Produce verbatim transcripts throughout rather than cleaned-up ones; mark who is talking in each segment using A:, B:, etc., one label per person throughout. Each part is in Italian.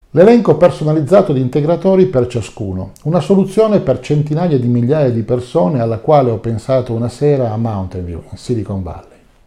A: L'elenco personalizzato di integratori per ciascuno, una soluzione per centinaia di migliaia di persone alla quale ho pensato una sera a Mountain View, in Silicon Valley.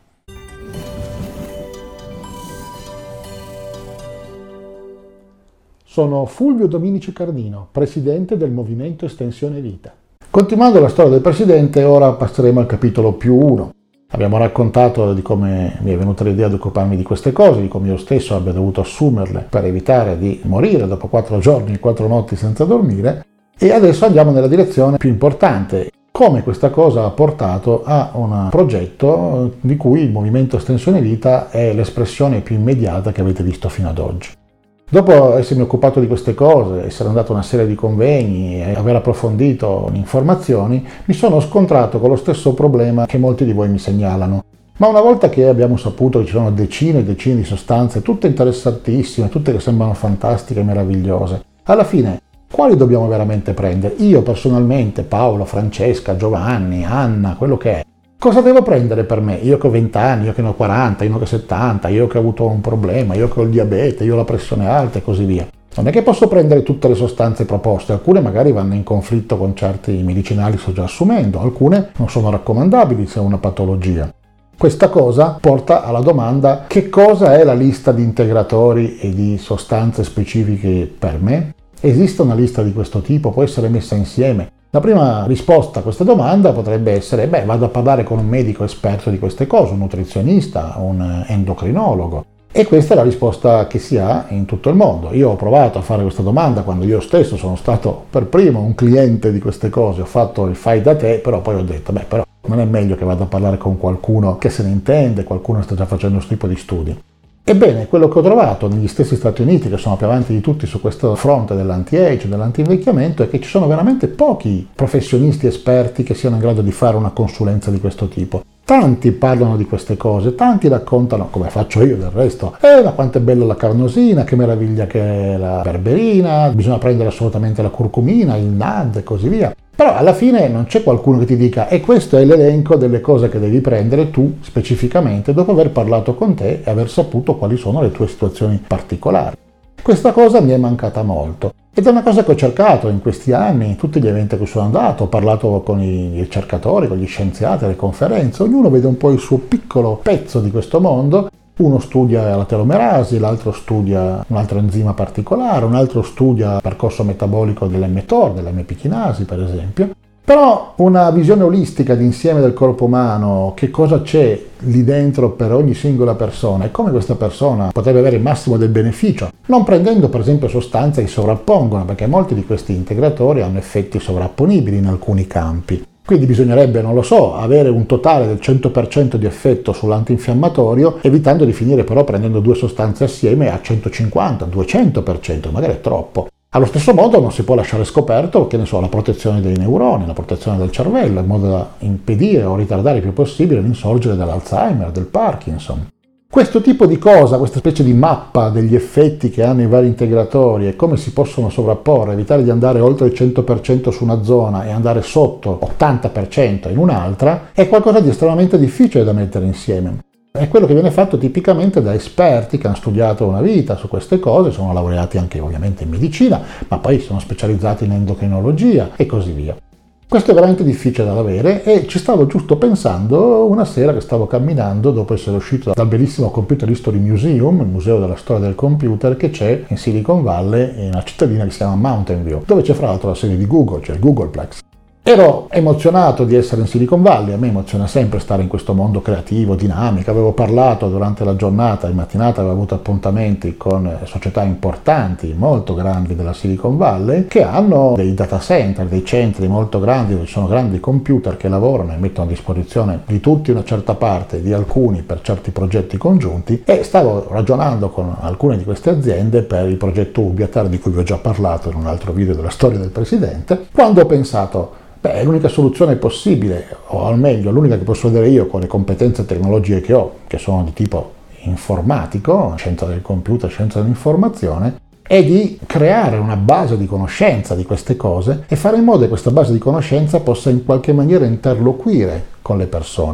A: Sono Fulvio Dominici Cardino, presidente del Movimento Estensione Vita. Continuando la storia del presidente, ora passeremo al capitolo più uno. Abbiamo raccontato di come mi è venuta l'idea di occuparmi di queste cose, di come io stesso abbia dovuto assumerle per evitare di morire dopo quattro giorni e quattro notti senza dormire, e adesso andiamo nella direzione più importante, come questa cosa ha portato a un progetto di cui il Movimento Estensione Vita è l'espressione più immediata che avete visto fino ad oggi. Dopo essermi occupato di queste cose, essere andato a una serie di convegni e aver approfondito informazioni, mi sono scontrato con lo stesso problema che molti di voi mi segnalano. Ma una volta che abbiamo saputo che ci sono decine e decine di sostanze, tutte interessantissime, tutte che sembrano fantastiche e meravigliose, alla fine quali dobbiamo veramente prendere? Io personalmente, Paolo, Francesca, Giovanni, Anna, quello che è. Cosa devo prendere per me? Io che ho venti anni, io che ne ho quaranta, io che ho settanta, io che ho avuto un problema, io che ho il diabete, io ho la pressione alta e così via. Non è che posso prendere tutte le sostanze proposte, alcune magari vanno in conflitto con certi medicinali che sto già assumendo, alcune non sono raccomandabili se ho una patologia. Questa cosa porta alla domanda: che cosa è la lista di integratori e di sostanze specifiche per me? Esiste una lista di questo tipo? Può essere messa insieme? La prima risposta a questa domanda potrebbe essere: beh, vado a parlare con un medico esperto di queste cose, un nutrizionista, un endocrinologo. E questa è la risposta che si ha in tutto il mondo. Io ho provato a fare questa domanda quando io stesso sono stato per primo un cliente di queste cose, ho fatto il fai da te, però poi ho detto, beh, però non è meglio che vado a parlare con qualcuno che se ne intende, qualcuno che sta già facendo questo tipo di studi. Ebbene, quello che ho trovato negli stessi Stati Uniti, che sono più avanti di tutti su questo fronte dell'anti-age, dell'anti-invecchiamento, è che ci sono veramente pochi professionisti esperti che siano in grado di fare una consulenza di questo tipo. Tanti parlano di queste cose, tanti raccontano, come faccio io del resto, eh ma quanto è bella la carnosina, che meraviglia che è la berberina, bisogna prendere assolutamente la curcumina, il N A D e così via. Però alla fine non c'è qualcuno che ti dica: e questo è l'elenco delle cose che devi prendere tu specificamente dopo aver parlato con te e aver saputo quali sono le tue situazioni particolari. Questa cosa mi è mancata molto ed è una cosa che ho cercato in questi anni, in tutti gli eventi a cui sono andato, ho parlato con i ricercatori, con gli scienziati, alle conferenze, ognuno vede un po' il suo piccolo pezzo di questo mondo. Uno studia la telomerasi, l'altro studia un altro enzima particolare, un altro studia il percorso metabolico dell'emmetor, dell'emmepichinasi per esempio. Però una visione olistica d'insieme del corpo umano, che cosa c'è lì dentro per ogni singola persona e come questa persona potrebbe avere il massimo del beneficio, non prendendo per esempio sostanze che sovrappongono, perché molti di questi integratori hanno effetti sovrapponibili in alcuni campi. Quindi bisognerebbe, non lo so, avere un totale del cento per cento di effetto sull'antinfiammatorio, evitando di finire però prendendo due sostanze assieme a centocinquanta, duecento per cento, magari è troppo. Allo stesso modo non si può lasciare scoperto, che ne so, la protezione dei neuroni, la protezione del cervello, in modo da impedire o ritardare il più possibile l'insorgere dell'Alzheimer, del Parkinson. Questo tipo di cosa, questa specie di mappa degli effetti che hanno i vari integratori e come si possono sovrapporre, evitare di andare oltre il cento per cento su una zona e andare sotto l'ottanta per cento in un'altra, è qualcosa di estremamente difficile da mettere insieme. È quello che viene fatto tipicamente da esperti che hanno studiato una vita su queste cose, sono laureati anche ovviamente in medicina, ma poi sono specializzati in endocrinologia e così via. Questo è veramente difficile da avere e ci stavo giusto pensando una sera che stavo camminando dopo essere uscito dal bellissimo Computer History Museum, il museo della storia del computer che c'è in Silicon Valley, in una cittadina che si chiama Mountain View, dove c'è fra l'altro la sede di Google, cioè il Googleplex. Ero emozionato di essere in Silicon Valley, a me emoziona sempre stare in questo mondo creativo, dinamico. Avevo parlato durante la giornata, in mattinata avevo avuto appuntamenti con società importanti, molto grandi della Silicon Valley, che hanno dei data center, dei centri molto grandi dove ci sono grandi computer che lavorano e mettono a disposizione di tutti una certa parte, di alcuni per certi progetti congiunti, e stavo ragionando con alcune di queste aziende per il progetto Ubiatar, di cui vi ho già parlato in un altro video della storia del presidente, quando ho pensato: beh, è l'unica soluzione possibile, o al meglio l'unica che posso vedere io con le competenze tecnologiche che ho, che sono di tipo informatico, scienza del computer, scienza dell'informazione, è di creare una base di conoscenza di queste cose e fare in modo che questa base di conoscenza possa in qualche maniera interloquire con le persone.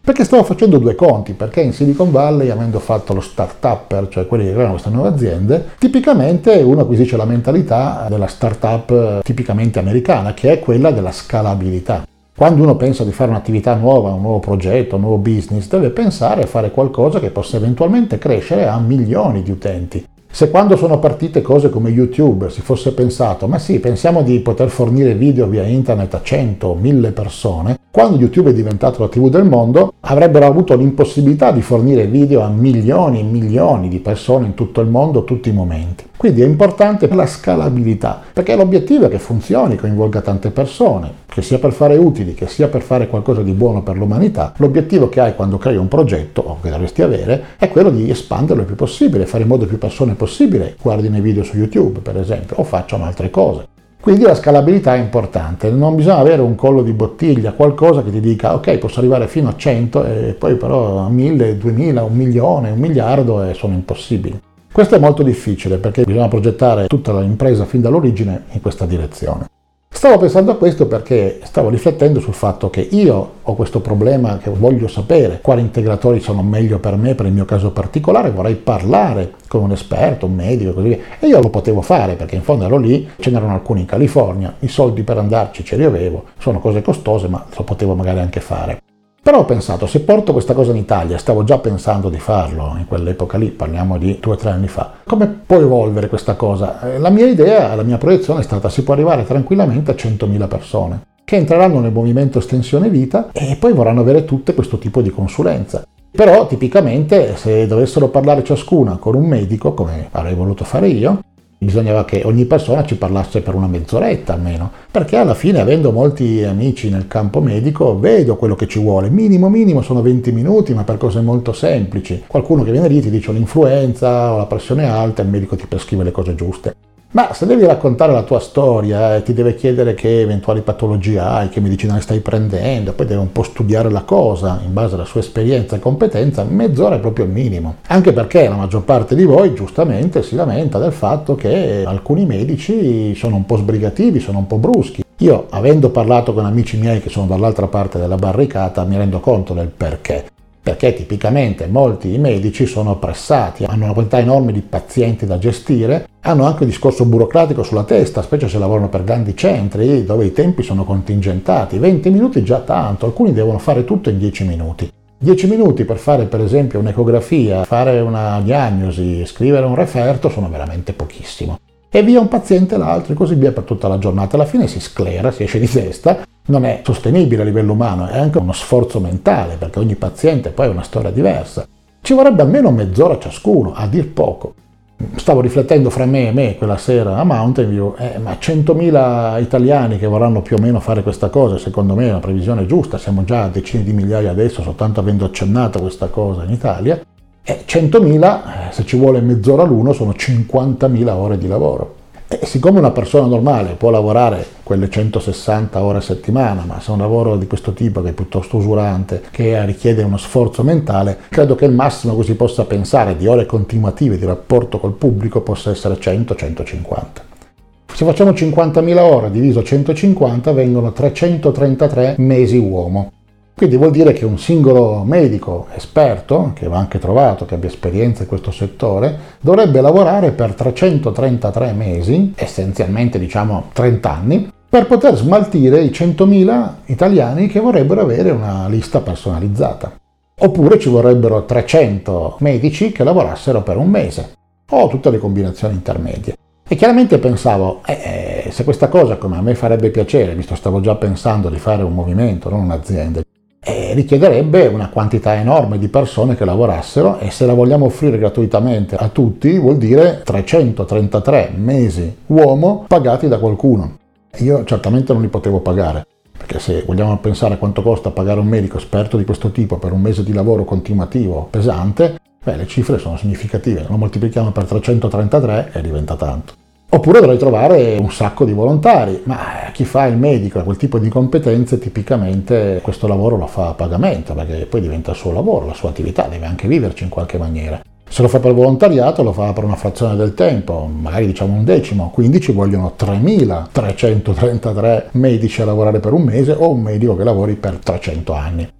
A: Perché stavo facendo due conti, perché in Silicon Valley, avendo fatto lo start-upper, cioè quelli che creano queste nuove aziende, tipicamente uno acquisisce la mentalità della start-up tipicamente americana, che è quella della scalabilità. Quando uno pensa di fare un'attività nuova, un nuovo progetto, un nuovo business, deve pensare a fare qualcosa che possa eventualmente crescere a milioni di utenti. Se quando sono partite cose come YouTube si fosse pensato, ma sì, pensiamo di poter fornire video via internet a cento o mille persone, quando YouTube è diventato la tivù del mondo, avrebbero avuto l'impossibilità di fornire video a milioni e milioni di persone in tutto il mondo, tutti i momenti. Quindi è importante la scalabilità, perché l'obiettivo è che funzioni, coinvolga tante persone, che sia per fare utili, che sia per fare qualcosa di buono per l'umanità. L'obiettivo che hai quando crei un progetto, o che dovresti avere, è quello di espanderlo il più possibile, fare in modo che più persone possibile guardino i video su YouTube, per esempio, o facciano altre cose. Quindi la scalabilità è importante, non bisogna avere un collo di bottiglia, qualcosa che ti dica ok, posso arrivare fino a cento e poi però a mille, duemila, un milione, un miliardo e sono impossibili. Questo è molto difficile perché bisogna progettare tutta l'impresa fin dall'origine in questa direzione. Stavo pensando a questo perché stavo riflettendo sul fatto che io ho questo problema che voglio sapere quali integratori sono meglio per me, per il mio caso particolare, vorrei parlare con un esperto, un medico e così via. E io lo potevo fare perché in fondo ero lì, ce n'erano alcuni in California, i soldi per andarci ce li avevo, sono cose costose ma lo potevo magari anche fare. Però ho pensato, se porto questa cosa in Italia, stavo già pensando di farlo in quell'epoca lì, parliamo di due o tre anni fa, come può evolvere questa cosa? La mia idea, la mia proiezione è stata, si può arrivare tranquillamente a centomila persone, che entreranno nel movimento Estensione Vita e poi vorranno avere tutte questo tipo di consulenza. Però tipicamente se dovessero parlare ciascuna con un medico, come avrei voluto fare io, bisognava che ogni persona ci parlasse per una mezz'oretta almeno, perché alla fine, avendo molti amici nel campo medico, vedo quello che ci vuole. Minimo minimo sono venti minuti, ma per cose molto semplici. Qualcuno che viene lì ti dice l'influenza o la pressione alta, il medico ti prescrive le cose giuste. Ma se devi raccontare la tua storia e ti deve chiedere che eventuali patologie hai, che medicinali stai prendendo, poi deve un po' studiare la cosa in base alla sua esperienza e competenza, mezz'ora è proprio il minimo. Anche perché la maggior parte di voi giustamente si lamenta del fatto che alcuni medici sono un po' sbrigativi, sono un po' bruschi. Io, avendo parlato con amici miei che sono dall'altra parte della barricata, mi rendo conto del perché. Perché tipicamente molti medici sono pressati, hanno una quantità enorme di pazienti da gestire, hanno anche un discorso burocratico sulla testa, specie se lavorano per grandi centri dove i tempi sono contingentati. venti minuti già tanto, alcuni devono fare tutto in dieci minuti. dieci minuti per fare per esempio un'ecografia, fare una diagnosi, scrivere un referto sono veramente pochissimo. E via un paziente l'altro e così via per tutta la giornata. Alla fine si sclera, si esce di testa, non è sostenibile a livello umano, è anche uno sforzo mentale perché ogni paziente poi ha una storia diversa. Ci vorrebbe almeno mezz'ora ciascuno, a dir poco. Stavo riflettendo fra me e me quella sera a Mountain View, eh, ma centomila italiani che vorranno più o meno fare questa cosa, secondo me è una previsione giusta, siamo già a decine di migliaia adesso, soltanto avendo accennato questa cosa in Italia, e centomila, se ci vuole mezz'ora l'uno, sono cinquantamila ore di lavoro. E siccome una persona normale può lavorare quelle centosessanta ore a settimana, ma se è un lavoro di questo tipo che è piuttosto usurante, che richiede uno sforzo mentale, credo che il massimo che si possa pensare di ore continuative di rapporto col pubblico possa essere cento centocinquanta. Se facciamo cinquantamila ore diviso centocinquanta vengono trecentotrentatré mesi uomo. Quindi vuol dire che un singolo medico esperto, che va anche trovato, che abbia esperienza in questo settore, dovrebbe lavorare per trecentotrentatré mesi, essenzialmente diciamo trenta anni, per poter smaltire i centomila italiani che vorrebbero avere una lista personalizzata. Oppure ci vorrebbero trecento medici che lavorassero per un mese, o tutte le combinazioni intermedie. E chiaramente pensavo, eh, se questa cosa, come a me farebbe piacere, visto stavo già pensando di fare un movimento, non un'azienda, eh, richiederebbe una quantità enorme di persone che lavorassero, e se la vogliamo offrire gratuitamente a tutti vuol dire trecentotrentatré mesi uomo pagati da qualcuno. Io certamente non li potevo pagare, perché se vogliamo pensare a quanto costa pagare un medico esperto di questo tipo per un mese di lavoro continuativo pesante, beh, le cifre sono significative, lo moltiplichiamo per trecentotrentatré e diventa tanto. Oppure dovrei trovare un sacco di volontari, ma chi fa il medico e quel tipo di competenze tipicamente questo lavoro lo fa a pagamento, perché poi diventa il suo lavoro, la sua attività, deve anche viverci in qualche maniera. Se lo fa per volontariato lo fa per una frazione del tempo, magari diciamo un decimo, quindi ci vogliono tremilatrecentotrentatré medici a lavorare per un mese o un medico che lavori per trecento anni.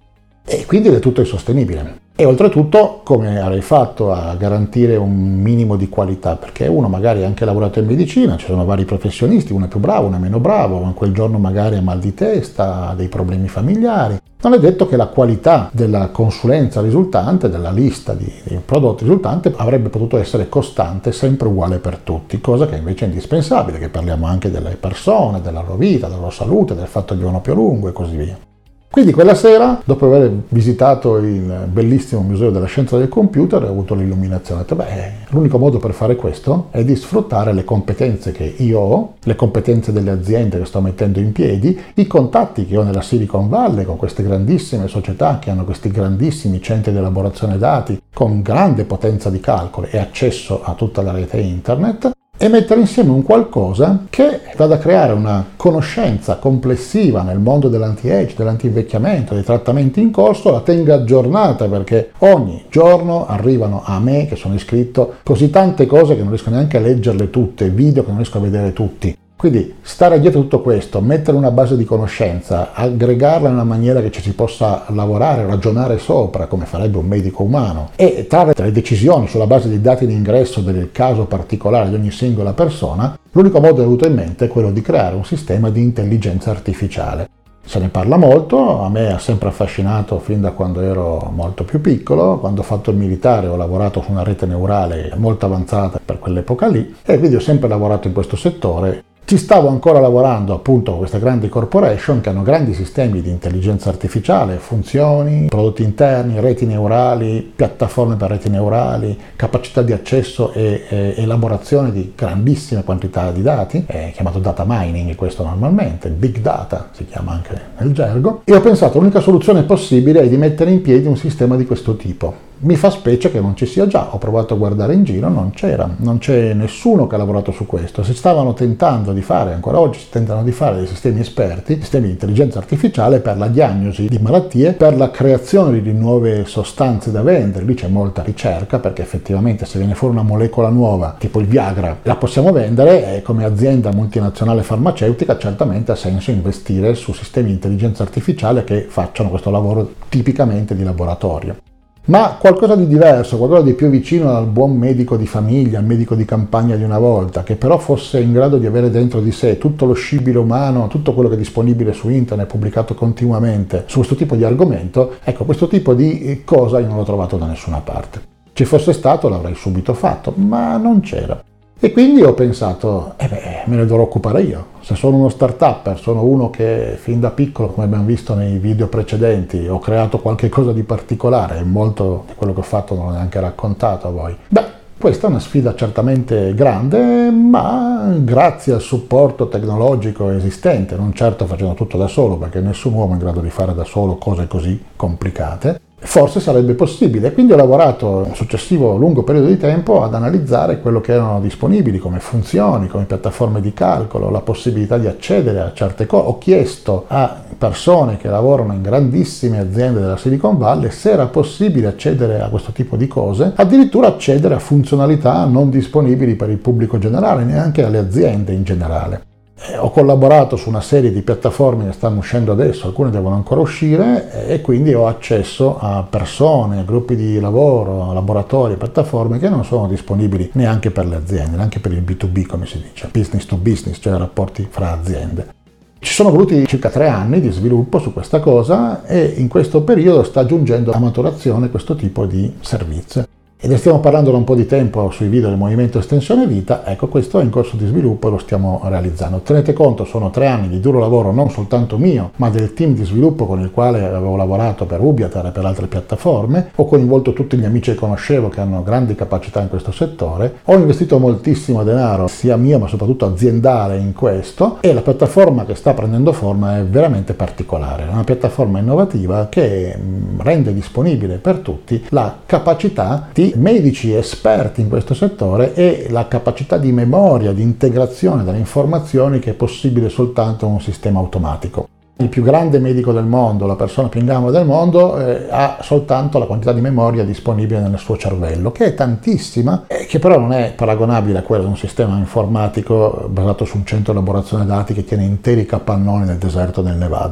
A: e quindi del tutto insostenibile. E oltretutto come avrei fatto a garantire un minimo di qualità? Perché uno magari ha anche lavorato in medicina, ci sono vari professionisti, uno è più bravo, uno è meno bravo, ma quel giorno magari ha mal di testa, ha dei problemi familiari. Non è detto che la qualità della consulenza risultante, della lista di, di prodotti risultante, avrebbe potuto essere costante, sempre uguale per tutti, cosa che invece è indispensabile, che parliamo anche delle persone, della loro vita, della loro salute, del fatto che vivono più a lungo e così via. Quindi quella sera, dopo aver visitato il bellissimo museo della scienza del computer, ho avuto l'illuminazione. Ho detto, beh, l'unico modo per fare questo è di sfruttare le competenze che io ho, le competenze delle aziende che sto mettendo in piedi, i contatti che ho nella Silicon Valley con queste grandissime società che hanno questi grandissimi centri di elaborazione dati con grande potenza di calcolo e accesso a tutta la rete internet, e mettere insieme un qualcosa che vada a creare una conoscenza complessiva nel mondo dell'anti-age, dell'anti-invecchiamento, dei trattamenti in corso, la tenga aggiornata, perché ogni giorno arrivano a me, che sono iscritto, così tante cose che non riesco neanche a leggerle tutte, video che non riesco a vedere tutti. Quindi stare dietro tutto questo, mettere una base di conoscenza, aggregarla in una maniera che ci si possa lavorare, ragionare sopra, come farebbe un medico umano, e trarre le decisioni sulla base dei dati di ingresso del caso particolare di ogni singola persona, l'unico modo avuto in mente è quello di creare un sistema di intelligenza artificiale. Se ne parla molto, a me ha sempre affascinato fin da quando ero molto più piccolo. Quando ho fatto il militare ho lavorato su una rete neurale molto avanzata per quell'epoca lì, e quindi ho sempre lavorato in questo settore. Ci stavo ancora lavorando appunto con queste grandi corporation che hanno grandi sistemi di intelligenza artificiale, funzioni, prodotti interni, reti neurali, piattaforme per reti neurali, capacità di accesso e, e elaborazione di grandissime quantità di dati, è chiamato data mining questo normalmente, big data si chiama anche nel gergo, e ho pensato l'unica soluzione possibile è di mettere in piedi un sistema di questo tipo. Mi fa specie che non ci sia già, ho provato a guardare in giro, non c'era, non c'è nessuno che ha lavorato su questo. Si stavano tentando di fare, ancora oggi si tentano di fare dei sistemi esperti, sistemi di intelligenza artificiale per la diagnosi di malattie, per la creazione di nuove sostanze da vendere. Lì c'è molta ricerca, perché effettivamente se viene fuori una molecola nuova, tipo il Viagra, la possiamo vendere, e come azienda multinazionale farmaceutica certamente ha senso investire su sistemi di intelligenza artificiale che facciano questo lavoro tipicamente di laboratorio. Ma qualcosa di diverso, qualcosa di più vicino al buon medico di famiglia, al medico di campagna di una volta, che però fosse in grado di avere dentro di sé tutto lo scibile umano, tutto quello che è disponibile su internet, pubblicato continuamente su questo tipo di argomento, ecco, questo tipo di cosa io non l'ho trovato da nessuna parte. Ci fosse stato l'avrei subito fatto, ma non c'era. E quindi ho pensato, eh beh, me ne dovrò occupare io. Se sono uno start-upper, sono uno che fin da piccolo, come abbiamo visto nei video precedenti, ho creato qualche cosa di particolare, e molto di quello che ho fatto non l'ho neanche raccontato a voi. Beh, questa è una sfida certamente grande, ma grazie al supporto tecnologico esistente, non certo facendo tutto da solo, perché nessun uomo è in grado di fare da solo cose così complicate, forse sarebbe possibile. Quindi ho lavorato un successivo lungo periodo di tempo ad analizzare quello che erano disponibili come funzioni, come piattaforme di calcolo, la possibilità di accedere a certe cose. Ho chiesto a persone che lavorano in grandissime aziende della Silicon Valley se era possibile accedere a questo tipo di cose, addirittura accedere a funzionalità non disponibili per il pubblico generale, neanche alle aziende in generale. Ho collaborato su una serie di piattaforme che stanno uscendo adesso, alcune devono ancora uscire, e quindi ho accesso a persone, gruppi di lavoro, laboratori, piattaforme che non sono disponibili neanche per le aziende, neanche per il B due B, come si dice, business to business, cioè rapporti fra aziende. Ci sono voluti circa tre anni di sviluppo su questa cosa, e in questo periodo sta giungendo a maturazione questo tipo di servizio. E ne stiamo parlando da un po' di tempo sui video del Movimento Estensione Vita. Ecco, questo è in corso di sviluppo e lo stiamo realizzando. Tenete conto, sono tre anni di duro lavoro non soltanto mio, ma del team di sviluppo con il quale avevo lavorato per Ubiatar e per altre piattaforme. Ho coinvolto tutti gli amici che conoscevo che hanno grandi capacità in questo settore. Ho investito moltissimo denaro, sia mio ma soprattutto aziendale, in questo, e la piattaforma che sta prendendo forma è veramente particolare. È una piattaforma innovativa che rende disponibile per tutti la capacità di medici esperti in questo settore e la capacità di memoria, di integrazione delle informazioni che è possibile soltanto in un sistema automatico. Il più grande medico del mondo, la persona più in gamba del mondo, eh, ha soltanto la quantità di memoria disponibile nel suo cervello, che è tantissima, e che però non è paragonabile a quella di un sistema informatico basato su un centro di elaborazione dati che tiene interi capannoni nel deserto del Nevada. Ci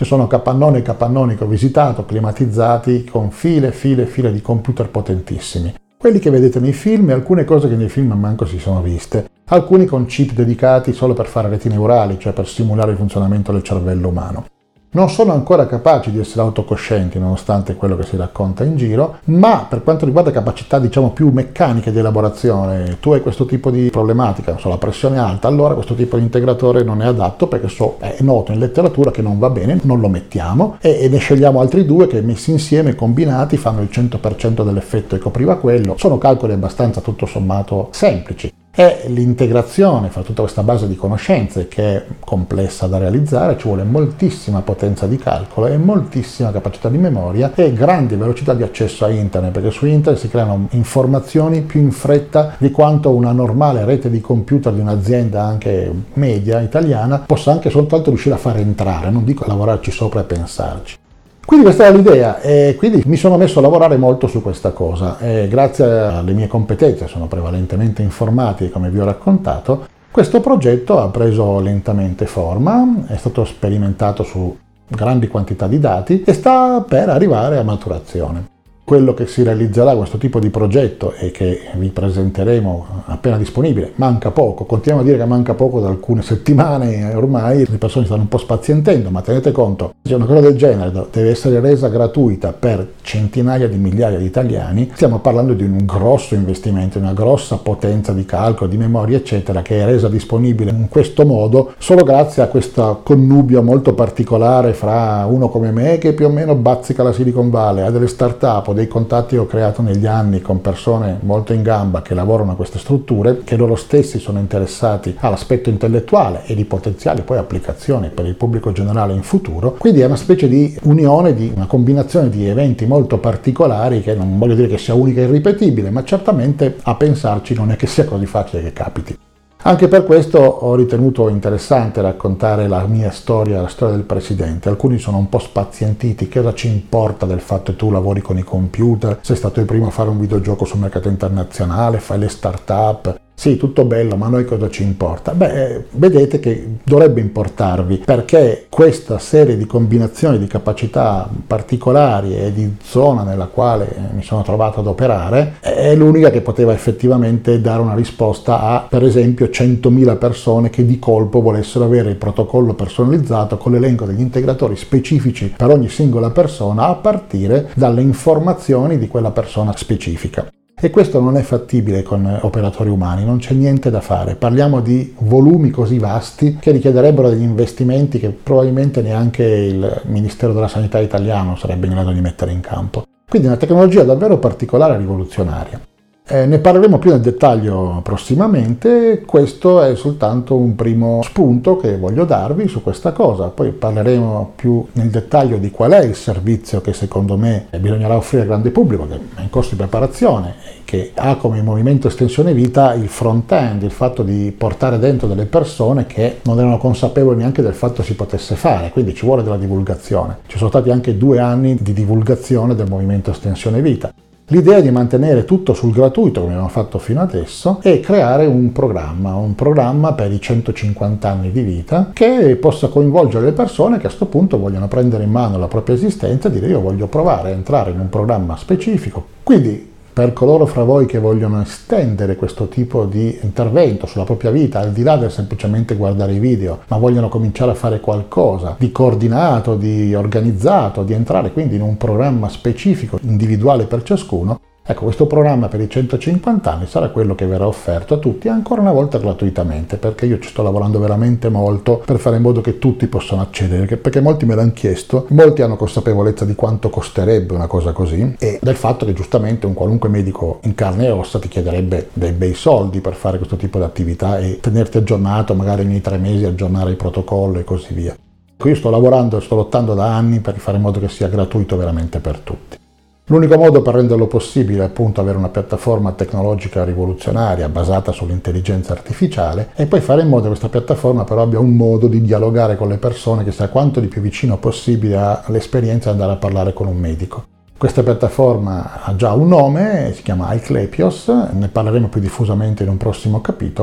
A: Ci sono capannoni e capannoni che ho visitato, climatizzati, con file e file e file di computer potentissimi. Quelli che vedete nei film e alcune cose che nei film manco si sono viste. Alcuni con chip dedicati solo per fare reti neurali, cioè per simulare il funzionamento del cervello umano. Non sono ancora capaci di essere autocoscienti, nonostante quello che si racconta in giro, ma per quanto riguarda capacità, diciamo, più meccaniche di elaborazione, tu hai questo tipo di problematica, non so, la pressione alta, allora questo tipo di integratore non è adatto perché so, è noto in letteratura che non va bene, non lo mettiamo e, e ne scegliamo altri due che messi insieme, combinati, fanno il cento per cento dell'effetto che copriva quello. Sono calcoli abbastanza tutto sommato semplici. E l'integrazione fra tutta questa base di conoscenze, che è complessa da realizzare, ci vuole moltissima potenza di calcolo e moltissima capacità di memoria e grandi velocità di accesso a internet, perché su internet si creano informazioni più in fretta di quanto una normale rete di computer di un'azienda anche media italiana possa anche soltanto riuscire a far entrare, non dico lavorarci sopra e pensarci. Quindi questa era l'idea e quindi mi sono messo a lavorare molto su questa cosa e grazie alle mie competenze, sono prevalentemente informatiche come vi ho raccontato, questo progetto ha preso lentamente forma, è stato sperimentato su grandi quantità di dati e sta per arrivare a maturazione. Quello che si realizzerà questo tipo di progetto e che vi presenteremo appena disponibile, manca poco, continuiamo a dire che manca poco da alcune settimane ormai, le persone stanno un po' spazientendo, ma tenete conto, se una cosa del genere deve essere resa gratuita per centinaia di migliaia di italiani, stiamo parlando di un grosso investimento, una grossa potenza di calcolo, di memoria eccetera, che è resa disponibile in questo modo solo grazie a questo connubio molto particolare fra uno come me che più o meno bazzica la Silicon Valley, ha delle start-up, dei contatti che ho creato negli anni con persone molto in gamba che lavorano a queste strutture, che loro stessi sono interessati all'aspetto intellettuale e di potenziali poi applicazioni per il pubblico generale in futuro. Quindi è una specie di unione, di una combinazione di eventi molto particolari che non voglio dire che sia unica e irripetibile, ma certamente a pensarci non è che sia così facile che capiti. Anche per questo ho ritenuto interessante raccontare la mia storia, la storia del presidente. Alcuni sono un po' spazientiti, che cosa ci importa del fatto che tu lavori con i computer, sei stato il primo a fare un videogioco sul mercato internazionale, fai le start-up. Sì, tutto bello, ma a noi cosa ci importa? Beh, vedete che dovrebbe importarvi, perché questa serie di combinazioni di capacità particolari e di zona nella quale mi sono trovato ad operare è l'unica che poteva effettivamente dare una risposta a, per esempio, centomila persone che di colpo volessero avere il protocollo personalizzato con l'elenco degli integratori specifici per ogni singola persona a partire dalle informazioni di quella persona specifica. E questo non è fattibile con operatori umani, non c'è niente da fare. Parliamo di volumi così vasti che richiederebbero degli investimenti che probabilmente neanche il Ministero della Sanità italiano sarebbe in grado di mettere in campo. Quindi è una tecnologia davvero particolare e rivoluzionaria. Eh, ne parleremo più nel dettaglio prossimamente, questo è soltanto un primo spunto che voglio darvi su questa cosa, poi parleremo più nel dettaglio di qual è il servizio che secondo me bisognerà offrire al grande pubblico, che è in corso di preparazione, che ha come movimento Estensione Vita il front-end, il fatto di portare dentro delle persone che non erano consapevoli neanche del fatto si potesse fare, quindi ci vuole della divulgazione. Ci sono stati anche due anni di divulgazione del movimento Estensione Vita. L'idea è di mantenere tutto sul gratuito, come abbiamo fatto fino adesso, e creare un programma, un programma per i centocinquanta anni di vita che possa coinvolgere le persone che a questo punto vogliono prendere in mano la propria esistenza e dire io voglio provare a entrare in un programma specifico. Quindi per coloro fra voi che vogliono estendere questo tipo di intervento sulla propria vita, al di là del semplicemente guardare i video, ma vogliono cominciare a fare qualcosa di coordinato, di organizzato, di entrare quindi in un programma specifico, individuale per ciascuno, ecco, questo programma per i centocinquanta anni sarà quello che verrà offerto a tutti, ancora una volta gratuitamente, perché io ci sto lavorando veramente molto per fare in modo che tutti possano accedere, perché molti me l'hanno chiesto, molti hanno consapevolezza di quanto costerebbe una cosa così e del fatto che giustamente un qualunque medico in carne e ossa ti chiederebbe dei bei soldi per fare questo tipo di attività e tenerti aggiornato, magari ogni tre mesi aggiornare il protocollo e così via. Io sto lavorando e sto lottando da anni per fare in modo che sia gratuito veramente per tutti. L'unico modo per renderlo possibile è appunto avere una piattaforma tecnologica rivoluzionaria basata sull'intelligenza artificiale e poi fare in modo che questa piattaforma però abbia un modo di dialogare con le persone che sia quanto di più vicino possibile all'esperienza di andare a parlare con un medico. Questa piattaforma ha già un nome, si chiama Asclepios, ne parleremo più diffusamente in un prossimo capitolo,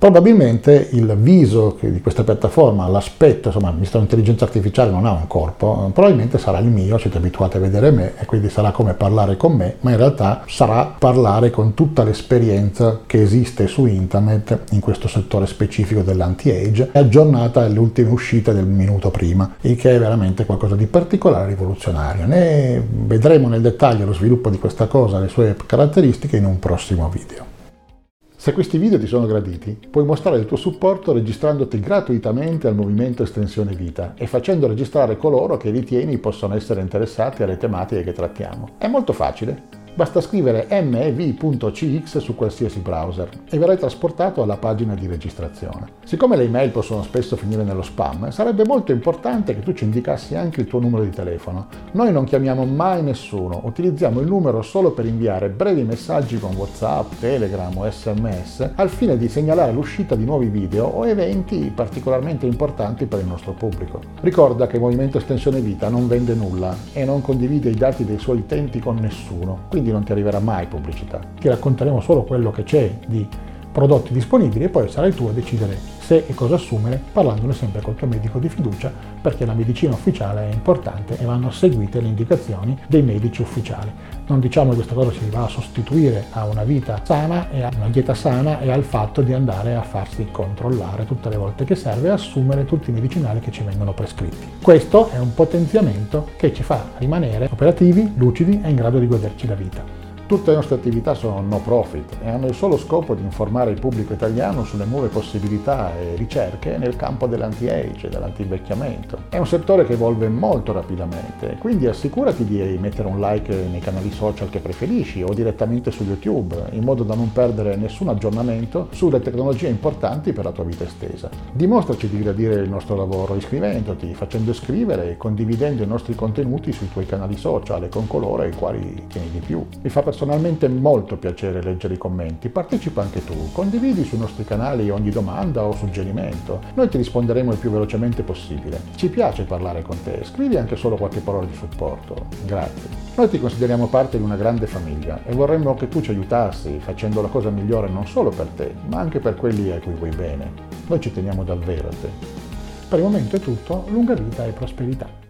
A: Probabilmente il viso di questa piattaforma, l'aspetto, insomma, visto che l'intelligenza artificiale non ha un corpo, probabilmente sarà il mio, siete abituati a vedere me e quindi sarà come parlare con me, ma in realtà sarà parlare con tutta l'esperienza che esiste su internet in questo settore specifico dell'anti-age, aggiornata alle ultime uscite del minuto prima, il che è veramente qualcosa di particolare e rivoluzionario. Ne vedremo nel dettaglio lo sviluppo di questa cosa, le sue caratteristiche in un prossimo video. Se questi video ti sono graditi, puoi mostrare il tuo supporto registrandoti gratuitamente al movimento Estensione Vita e facendo registrare coloro che ritieni possono essere interessati alle tematiche che trattiamo. È molto facile. Basta scrivere mev punto c x su qualsiasi browser e verrai trasportato alla pagina di registrazione. Siccome le email possono spesso finire nello spam, sarebbe molto importante che tu ci indicassi anche il tuo numero di telefono. Noi non chiamiamo mai nessuno, utilizziamo il numero solo per inviare brevi messaggi con WhatsApp, Telegram o S M S al fine di segnalare l'uscita di nuovi video o eventi particolarmente importanti per il nostro pubblico. Ricorda che il Movimento Estensione Vita non vende nulla e non condivide i dati dei suoi utenti con nessuno, quindi non ti arriverà mai pubblicità. Ti racconteremo solo quello che c'è di prodotti disponibili e poi sarai tu a decidere se e cosa assumere, parlandone sempre col tuo medico di fiducia, perché la medicina ufficiale è importante e vanno seguite le indicazioni dei medici ufficiali. Non diciamo che questa cosa si va a sostituire a una vita sana e a una dieta sana e al fatto di andare a farsi controllare tutte le volte che serve e assumere tutti i medicinali che ci vengono prescritti. Questo è un potenziamento che ci fa rimanere operativi, lucidi e in grado di goderci la vita. Tutte le nostre attività sono no profit e hanno il solo scopo di informare il pubblico italiano sulle nuove possibilità e ricerche nel campo dell'anti-age e dell'antivecchiamento. È un settore che evolve molto rapidamente, quindi assicurati di mettere un like nei canali social che preferisci o direttamente su YouTube, in modo da non perdere nessun aggiornamento sulle tecnologie importanti per la tua vita estesa. Dimostraci di gradire il nostro lavoro iscrivendoti, facendo iscrivere e condividendo i nostri contenuti sui tuoi canali social e con coloro ai quali tieni di più. Mi fa personalmente molto piacere leggere i commenti, partecipa anche tu, condividi sui nostri canali ogni domanda o suggerimento, noi ti risponderemo il più velocemente possibile. Ci piace parlare con te, scrivi anche solo qualche parola di supporto, grazie. Noi ti consideriamo parte di una grande famiglia e vorremmo che tu ci aiutassi facendo la cosa migliore non solo per te, ma anche per quelli a cui vuoi bene. Noi ci teniamo davvero a te. Per il momento è tutto, lunga vita e prosperità.